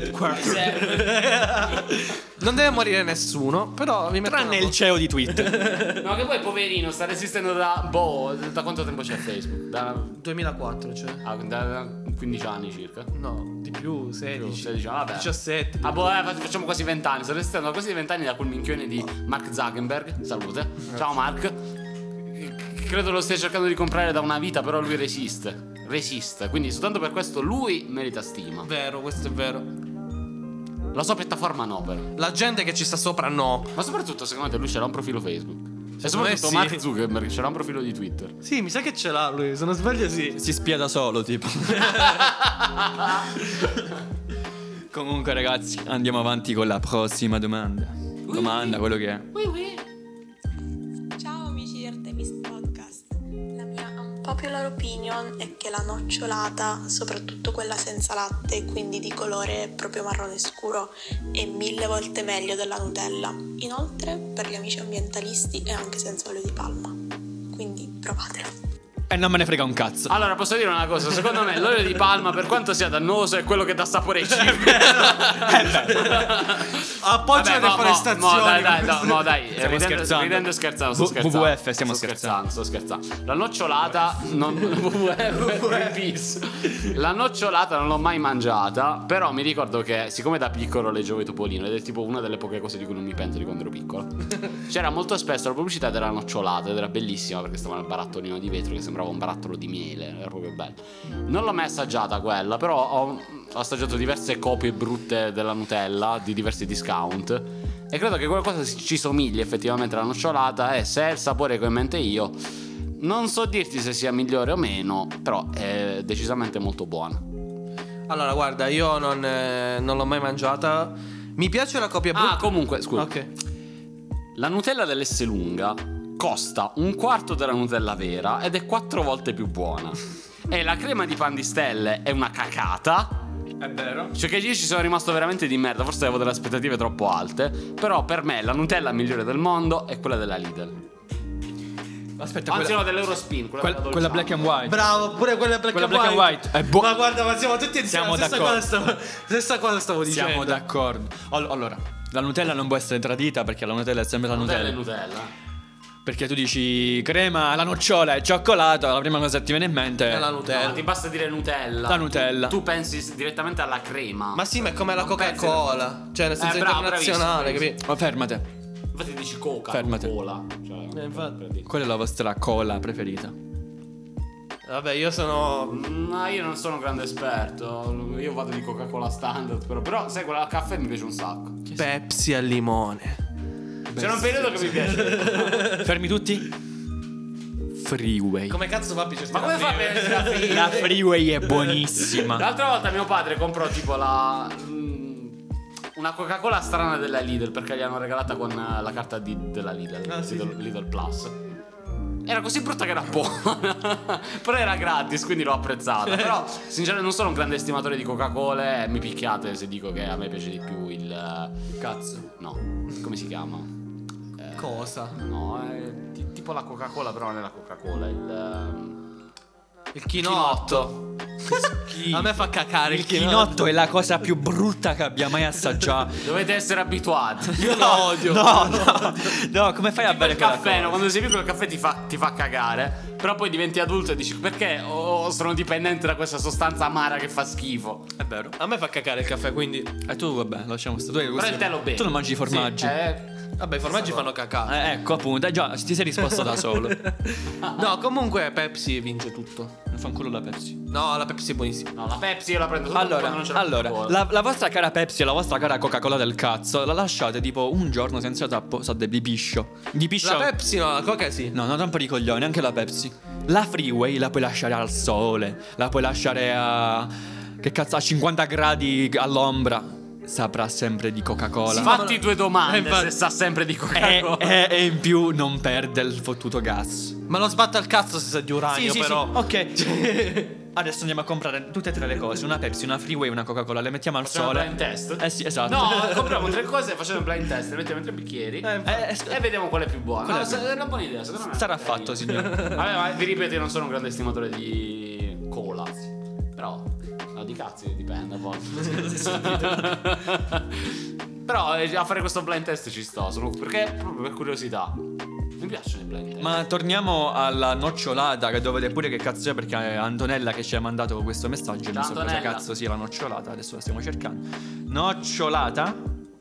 all'headquarter. Non deve morire nessuno, però vi mettono Tranne una il C E O di Twitter. No, che poi poverino sta resistendo da boh, da quanto tempo c'è Facebook? Da, bomba. duemilaquattro, cioè. ah, da- da quindici anni circa. No, di più, sedici. sedici, vabbè. diciassette. Ah, boh, eh, facciamo quasi vent'anni. Sto restando quasi vent'anni da quel minchione di Mark Zuckerberg. Salute. Ciao Mark. Credo lo stia cercando di comprare da una vita, però lui resiste. Resiste. Quindi soltanto per questo lui merita stima. Vero, questo è vero. La sua piattaforma no, però. La gente che ci sta sopra no. Ma soprattutto, secondo te, lui c'era un profilo Facebook. E Secondo me soprattutto sì. Mark Zuckerberg c'era un profilo di Twitter. Sì, mi sa che ce l'ha lui, se non sbaglio sì. Si spia da solo, tipo. Comunque, ragazzi, andiamo avanti con la prossima domanda. Domanda, quello che è. Ciao amici di Artemis Podcast. La mia unpopular opinion è che la nocciolata, soprattutto quella senza latte, quindi di colore proprio marrone scuro, è mille volte meglio della Nutella. Inoltre, per gli amici ambientalisti è anche senza olio di palma. Quindi provatela. E non me ne frega un cazzo. Allora, posso dire una cosa? Secondo me l'olio di palma, per quanto sia dannoso, è quello che dà sapore ai cibi. Appoggia Vabbè, le mo- mo- deforestazioni. mo, dai, dai, no, mo, dai, Stiamo ridendo, scherzando. ridendo e scherzando, sto W- scherzando. W W F, stiamo sto scherzando. Sto scherzando. La nocciolata non W W F, Greenpeace. La nocciolata non l'ho mai mangiata, però mi ricordo che siccome da piccolo leggevo i Topolino ed è tipo una delle poche cose di cui non mi pento di quando ero piccolo. C'era molto spesso la pubblicità della nocciolata ed era bellissima perché stava nel barattolino di vetro che sembrava un barattolo di miele, era proprio bello. Non l'ho mai assaggiata quella, però ho, ho assaggiato diverse copie brutte della Nutella di diversi discount e credo che qualcosa ci somigli effettivamente alla nocciolata e se è il sapore che ho in mente io non so dirti se sia migliore o meno, però è decisamente molto buona. Allora, guarda, io non, eh, non l'ho mai mangiata. Mi piace la copia brutta. Ah, comunque, scusa. Ok. La Nutella dell'Esselunga costa un quarto della Nutella vera ed è quattro volte più buona. E la crema di pan di stelle è una cacata. È vero. Cioè che io ci sono rimasto veramente di merda. Forse avevo delle aspettative troppo alte. Però per me la Nutella migliore del mondo è quella della Lidl. Aspetta, Anzi quella, no, dell'Eurospin. Quella, quella, della quella Dolciana. black and white. Bravo, pure quella black, Quella and, black and white. white è buona. Ma guarda, ma siamo tutti insieme. Siamo stessa d'accordo. cosa stavo, stessa cosa stavo dicendo. Siamo d'accordo. All- Allora, la Nutella non può essere tradita perché la Nutella è sempre la Nutella Nutella. e Nutella. Perché tu dici crema, la nocciola e cioccolato, la prima cosa che ti viene in mente È la No, Nutella. ti basta dire Nutella. La Nutella. Tu pensi direttamente alla crema. Ma sì, ma è come la Non pensi- Coca-Cola. Cioè, nel senso Eh, bravo, internazionale, bravissimo, capito? Oh, fermate. Infatti dici Coca, Fermate. non Cola. Cioè, Eh, infatti. per dire. Qual è la vostra cola preferita? Vabbè, io sono. Ma io non sono un grande esperto. Io vado di Coca-Cola standard. Però, però sai, quella al caffè mi piace un sacco. Pepsi al limone. C'era un periodo che mi piace. Fermi tutti? freeway. Come cazzo fa a piacerti Ma come la fa a freeway? piacerti la freeway? La freeway è buonissima. L'altra volta mio padre comprò tipo la mm, una Coca-Cola strana della Lidl, perché gli hanno regalata con eh, la carta di, della Lidl, Ah, sì, Lidl, Lidl Plus. Era così brutta che era buona. Però era gratis, quindi l'ho apprezzata. Però sinceramente non sono un grande estimatore di Coca-Cola e mi picchiate se dico che a me piace di più il eh, Cazzo. no, come si chiama? Eh, Cosa? No, è ti- tipo la Coca-Cola, però non è la Coca-Cola, il ehm, Il chinotto. A me fa cacare il Il chinotto. chinotto è la cosa più brutta che abbia mai assaggiato. dovete essere abituati. Io lo odio. No, no, no, come fai a Tipo bere il quella caffè, cosa? no? Quando sei piccolo il caffè ti fa, ti fa cagare. Però poi diventi adulto e dici perché oh, sono dipendente da questa sostanza amara che fa schifo. È vero. A me fa cacare il caffè, quindi. E tu, vabbè, lasciamo stare. Tu, Però il tè lo bevi. tu non mangi i formaggi. Sì, eh, Vabbè, i formaggi fanno cacare. Eh, ecco, appunto, eh, già, ti sei risposto da solo. No, comunque Pepsi vince tutto. Fanculo la Pepsi. No, la Pepsi è buonissima. no, la Pepsi io la prendo solo Allora, quando non c'è la allora Coca-Cola. la, la vostra cara Pepsi e la vostra cara Coca-Cola del cazzo la lasciate tipo un giorno senza tappo, so di piscio. Di piscio. La Pepsi no, la Coca sì. No, non rompo di coglioni, anche la Pepsi. La Freeway la puoi lasciare al sole, la puoi lasciare a che cazzo a cinquanta gradi all'ombra. Saprà sempre di Coca-Cola. Fatti due domande Eh, infatti. se sa sempre di E, Coca-Cola. e- e in più non perde il fottuto gas. Ma lo sbatte al cazzo se sa di uranio, però. Ok. Adesso andiamo a comprare tutte e tre le cose: una Pepsi, una Freeway e una Coca-Cola. Le mettiamo al Facciamo un sole. blind test? Eh sì, esatto. No, compriamo tre cose e facciamo un blind test. Le mettiamo in tre bicchieri Eh, eh, e vediamo qual è più buona. Qual è No, più- se- è una buona idea, secondo me. Sarà fatto, signore. Vabbè, ma vi ripeto, io non sono un grande estimatore di cola. Però, no, di cazzi dipende a volte. Però eh, a fare questo blind test ci sto, solo perché proprio per curiosità. Mi piacciono i blind test. Ma torniamo alla nocciolata, che dovete pure che cazzo è, perché è Antonella che ci ha mandato questo messaggio. Ciao, Non so cosa Antonella. cazzo sia la nocciolata, adesso la stiamo cercando. Nocciolata?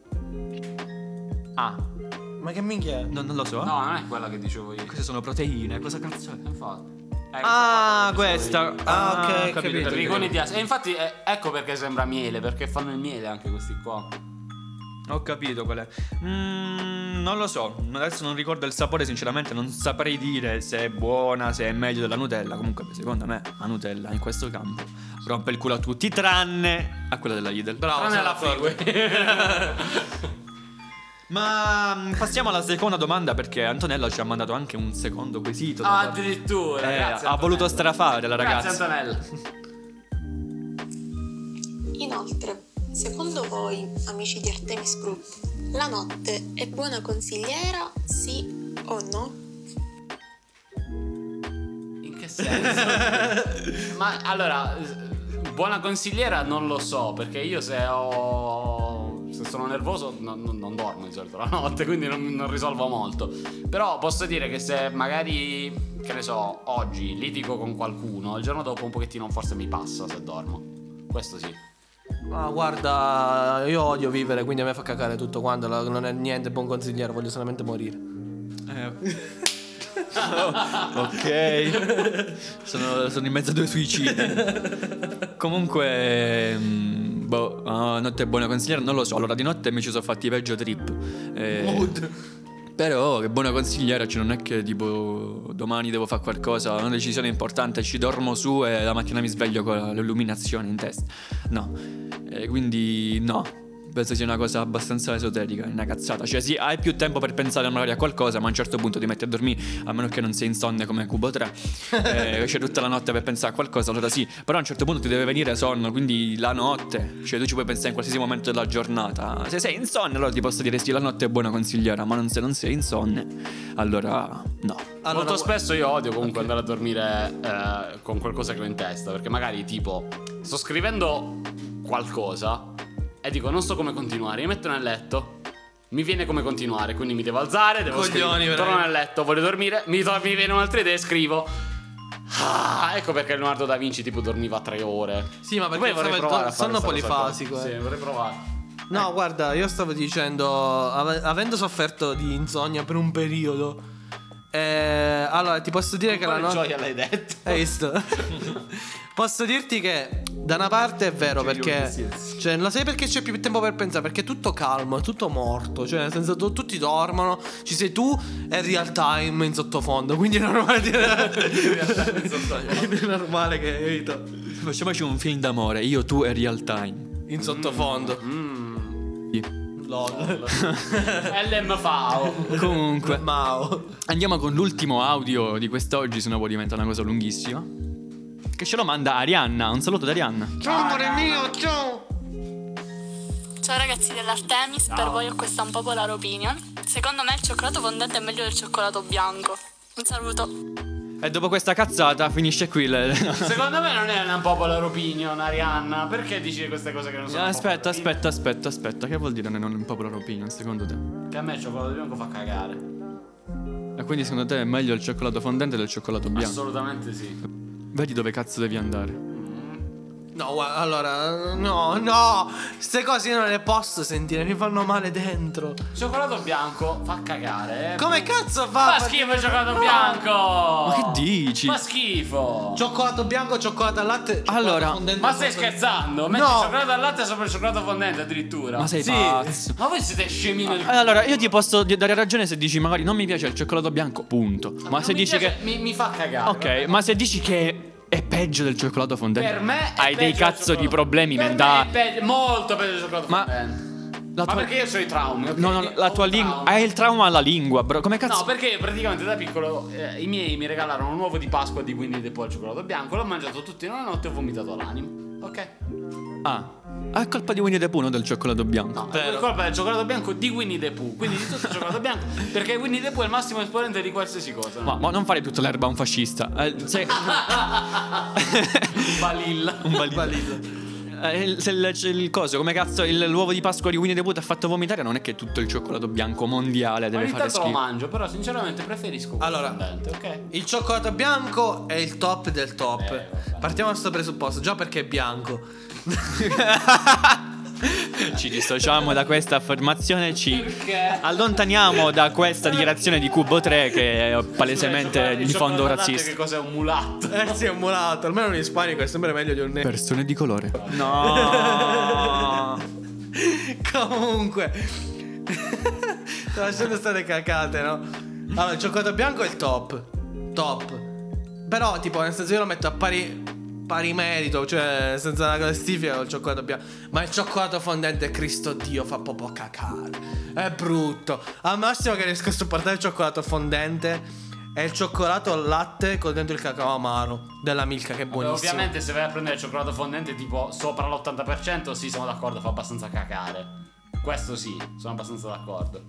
Ah, Ma che minchia è? no, non lo so. No, non è quella che dicevo io. Queste sono proteine, cosa cazzo è? Infatti. Eh, Ah, questa questa. Ah, ok, ho capito. capito. Rigoni di acid. E infatti eh, ecco perché sembra miele, perché fanno il miele anche questi qua. Ho capito qual è. Mm, non lo so, adesso non ricordo il sapore, sinceramente non saprei dire se è buona, se è meglio della Nutella. Comunque secondo me la Nutella in questo campo rompe il culo a tutti, tranne a quella della Lidl. Bravo, Tranne sono la d'accordo. Freeway. Ma mm, passiamo alla seconda domanda, perché Antonella ci ha mandato anche un secondo quesito. Ah, dopo- addirittura. Eh, grazie, ha voluto Antonella. strafare la Grazie ragazza. Antonella. Inoltre, secondo voi, amici di Artemis Group, la notte è buona consigliera, sì o no? In che senso? Ma allora, buona consigliera non lo so, perché io se ho se sono nervoso non, non- non dormo di solito la notte, quindi non, non risolvo molto. Però posso dire che se magari, che ne so, oggi litigo con qualcuno, il giorno dopo un pochettino forse mi passa se dormo. Questo sì. Ma guarda, io odio vivere, quindi a me fa cacare tutto quanto. la- Non è niente buon consigliere, voglio solamente morire. Eh, ok. sono, sono in mezzo a due suicidi. Comunque mm, boh, ah, notte buona consigliera, non lo so. Allora di notte mi ci sono fatti peggio trip. Eh, Però che buona consigliera, cioè non è che tipo domani devo fare qualcosa, una decisione importante, ci dormo su e la mattina mi sveglio con l'illuminazione in testa. No. Eh, quindi no. Penso sia una cosa abbastanza esoterica, una cazzata. Cioè sì, hai più tempo per pensare magari a qualcosa, ma a un certo punto ti metti a dormire, a meno che non sei insonne come Cubo tre. eh, C'è tutta la notte per pensare a qualcosa, allora sì. Però a un certo punto ti deve venire sonno, quindi la notte, cioè tu ci puoi pensare in qualsiasi momento della giornata. Se sei insonne, allora ti posso dire sì, la notte è buona consigliera, ma non, se non sei insonne, allora no. Allora, Molto gu- spesso io odio comunque andare a dormire eh, con qualcosa che ho in testa, perché magari tipo sto scrivendo qualcosa e dico non so come continuare, mi metto nel letto, mi viene come continuare, quindi mi devo alzare, devo Coglioni, scrivere, torno veramente. nel letto, voglio dormire, mi, to- mi viene un'altra idea e scrivo. Ah, ecco perché Leonardo da Vinci tipo dormiva tre ore. Sì, ma perché Poi vorrei stava- provare a sonno fare sta cosa qua. polifasico, eh. Sì, vorrei provare. No, guarda, io stavo dicendo, ave- avendo sofferto di insonnia per un periodo, eh, allora ti posso dire che la Quale notte... gioia l'hai detto? Hai visto? Posso dirti che da una parte è vero perché Cioè, non sai perché c'è più tempo per pensare? Perché è tutto calmo, è tutto morto. Cioè, nel senso, tu- tutti dormono. Ci sei tu e real time in sottofondo. Quindi è normale dire. È normale che capito? Facciamoci un film d'amore, io, tu e real time. In sottofondo. LOL. L M F A O. Comunque, Mao. andiamo con l'ultimo audio di quest'oggi, se no poi diventa una cosa lunghissima. Che ce lo manda Arianna. Un saluto da Arianna. Ciao amore mio, ciao. Ciao ragazzi dell'Artemis, per voi ho questa unpopular opinion. Secondo me il cioccolato fondente è meglio del cioccolato bianco. Un saluto. E dopo questa cazzata finisce qui le... Secondo me non è una popular opinion, Arianna. Perché dici queste cose che non sono Aspetta, popular aspetta, aspetta, aspetta. Che vuol dire non è un popular opinion secondo te? opinion? Che a me il cioccolato bianco fa cagare. E quindi secondo te è meglio il cioccolato fondente del cioccolato bianco? Assolutamente sì. Vedi dove cazzo devi andare. No, guarda, allora, no, no. Queste cose io non le posso sentire, mi fanno male dentro. Il cioccolato bianco fa cagare. Eh. Come cazzo fa? Fa schifo il cioccolato bianco. Ma che dici? Fa schifo. Cioccolato bianco, cioccolato al latte. cioccolato Allora, fondente Ma stai sopra- scherzando? Metti No. il cioccolato al latte sopra il cioccolato fondente addirittura. Ma sei Sì. pazzo. Ma voi siete scemi nel... Allora, io ti posso di- dare ragione se dici magari non mi piace il cioccolato bianco, punto. Ma Non se mi dici piace- che... mi, mi fa cagare. Ok, ma se dici che è peggio del cioccolato fondente, Per me è hai dei peggio cazzo del di cioccolato- problemi Per mentali. me è peggio- molto peggio del cioccolato Ma- fondente. La Ma tua... perché io ho i traumi, ok? No, no, la Ho tua un lingua... trauma. Hai il trauma alla lingua, bro. Come cazzo... No, perché io praticamente da piccolo eh, i miei mi regalarono un uovo di Pasqua di Winnie the Pooh al cioccolato bianco. L'ho mangiato tutti in una notte e ho vomitato l'animo. Ok? Ah, è colpa di Winnie the Pooh, non del cioccolato bianco. No, è colpa del cioccolato bianco di Winnie the Pooh. Quindi di tutto il cioccolato bianco. Perché Winnie the Pooh è il massimo esponente di qualsiasi cosa. Ma, ma non fare tutta l'erba a un fascista. Eh, se... Balilla. un balillo. Eh, se il, se il coso, come cazzo, il, l'uovo di Pasqua di Winnie the Pooh ti ha fatto vomitare, non è che tutto il cioccolato bianco mondiale deve Ogni fare tanto lo schifo. mangio, però sinceramente preferisco quello Allora. fondente, ok? Il cioccolato bianco è il top del top. Eh, vabbè. Partiamo da questo presupposto, già perché è bianco. Ci dissociamo da questa affermazione, ci Perché? allontaniamo da questa dichiarazione di Cubo tre che è palesemente Il di fondo cioccolato al latte razzista. Che cos'è un mulatto? Eh sì, è un mulatto, almeno in ispanico è sempre meglio di un nero. Persone di colore. No. Comunque, sto lasciando stare cacate, no? Allora, il cioccolato bianco è il top. Top. Però, tipo, nel senso io lo metto a pari, pari merito, cioè senza una classifica con il cioccolato bianco. Ma il cioccolato fondente, Cristo Dio, fa proprio cacare. È brutto. Al massimo che riesco a sopportare il cioccolato fondente è il cioccolato al latte con dentro il cacao amaro della Milka, che è Beh, buonissimo. ovviamente se vai a prendere il cioccolato fondente tipo sopra l'ottanta per cento, sì, sono d'accordo, fa abbastanza cacare. Questo sì, sono abbastanza d'accordo.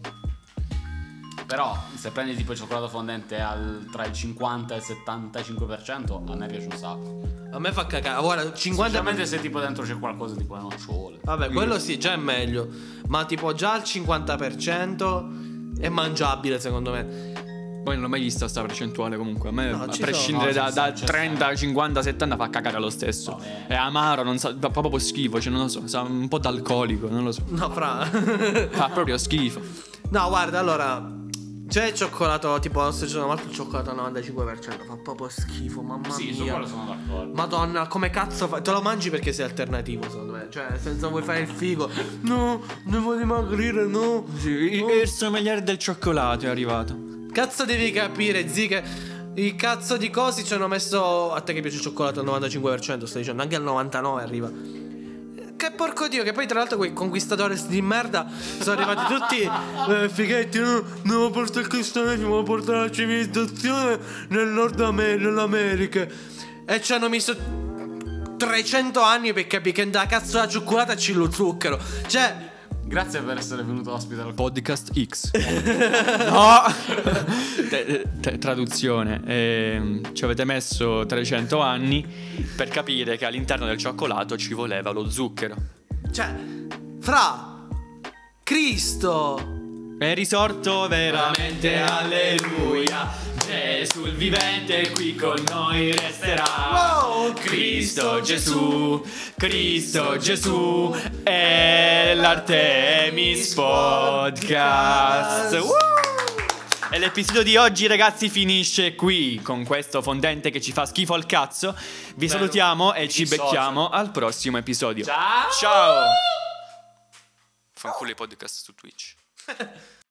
Però se prendi tipo il cioccolato fondente al, tra il cinquanta e il settantacinque per cento, a me piace un sacco. A me fa cacare. Guarda, cinquanta Specialmente se tipo dentro c'è qualcosa tipo le nocciole. Vabbè, quello sì, già è meglio. Ma tipo già al cinquanta per cento è mangiabile secondo me. Poi non l'ho mai vista sta percentuale comunque. A me, No, a ci prescindere sono. da, No, da ci- ci trenta, cinquanta, settanta, fa cagare lo stesso. Vabbè. È amaro, non sa, fa proprio schifo. Cioè, non lo so, sa un po' d'alcolico, non lo so. No, fra. Fa proprio schifo. No, guarda, allora. C'è il cioccolato, tipo, se c'è una volta il cioccolato al novantacinque per cento, fa proprio schifo, mamma Sì, su mia. quello sono d'accordo. Madonna, come cazzo fai? Te lo mangi perché sei alternativo, secondo me. Cioè, senza vuoi fare il figo. No, devo dimagrire, no. Sì, il, il sommelier del cioccolato è arrivato. Cazzo devi capire, zi, che i cazzo di cosi ci hanno messo. A te che piace il cioccolato al novantacinque per cento, stai dicendo, anche al novantanove per cento arriva. Che porco dio, che poi tra l'altro quei conquistadores di merda sono arrivati tutti eh, fighetti, no, non porta il cristianesimo, ma porta la civilizzazione nel Nord Amer- nell'America. E ci hanno messo trecento anni per capire che da cazzo la cioccolata c'è lo zucchero. Cioè, Grazie per essere venuto ospite al Podcast X. No. Te- te- traduzione. Ehm, ci avete messo trecento anni per capire che all'interno del cioccolato ci voleva lo zucchero. cioè, fra Cristo. È risorto veramente, alleluia. Gesù il vivente qui con noi resterà. Wow. Cristo Gesù, Cristo Gesù è l'Artemis Podcast. Woo! E l'episodio di oggi, ragazzi, finisce qui con questo fondente che ci fa schifo al cazzo. Vi Bello. salutiamo e ci Mi dissocio. becchiamo al prossimo episodio. Ciao. Ciao. Fanculo i podcast su Twitch.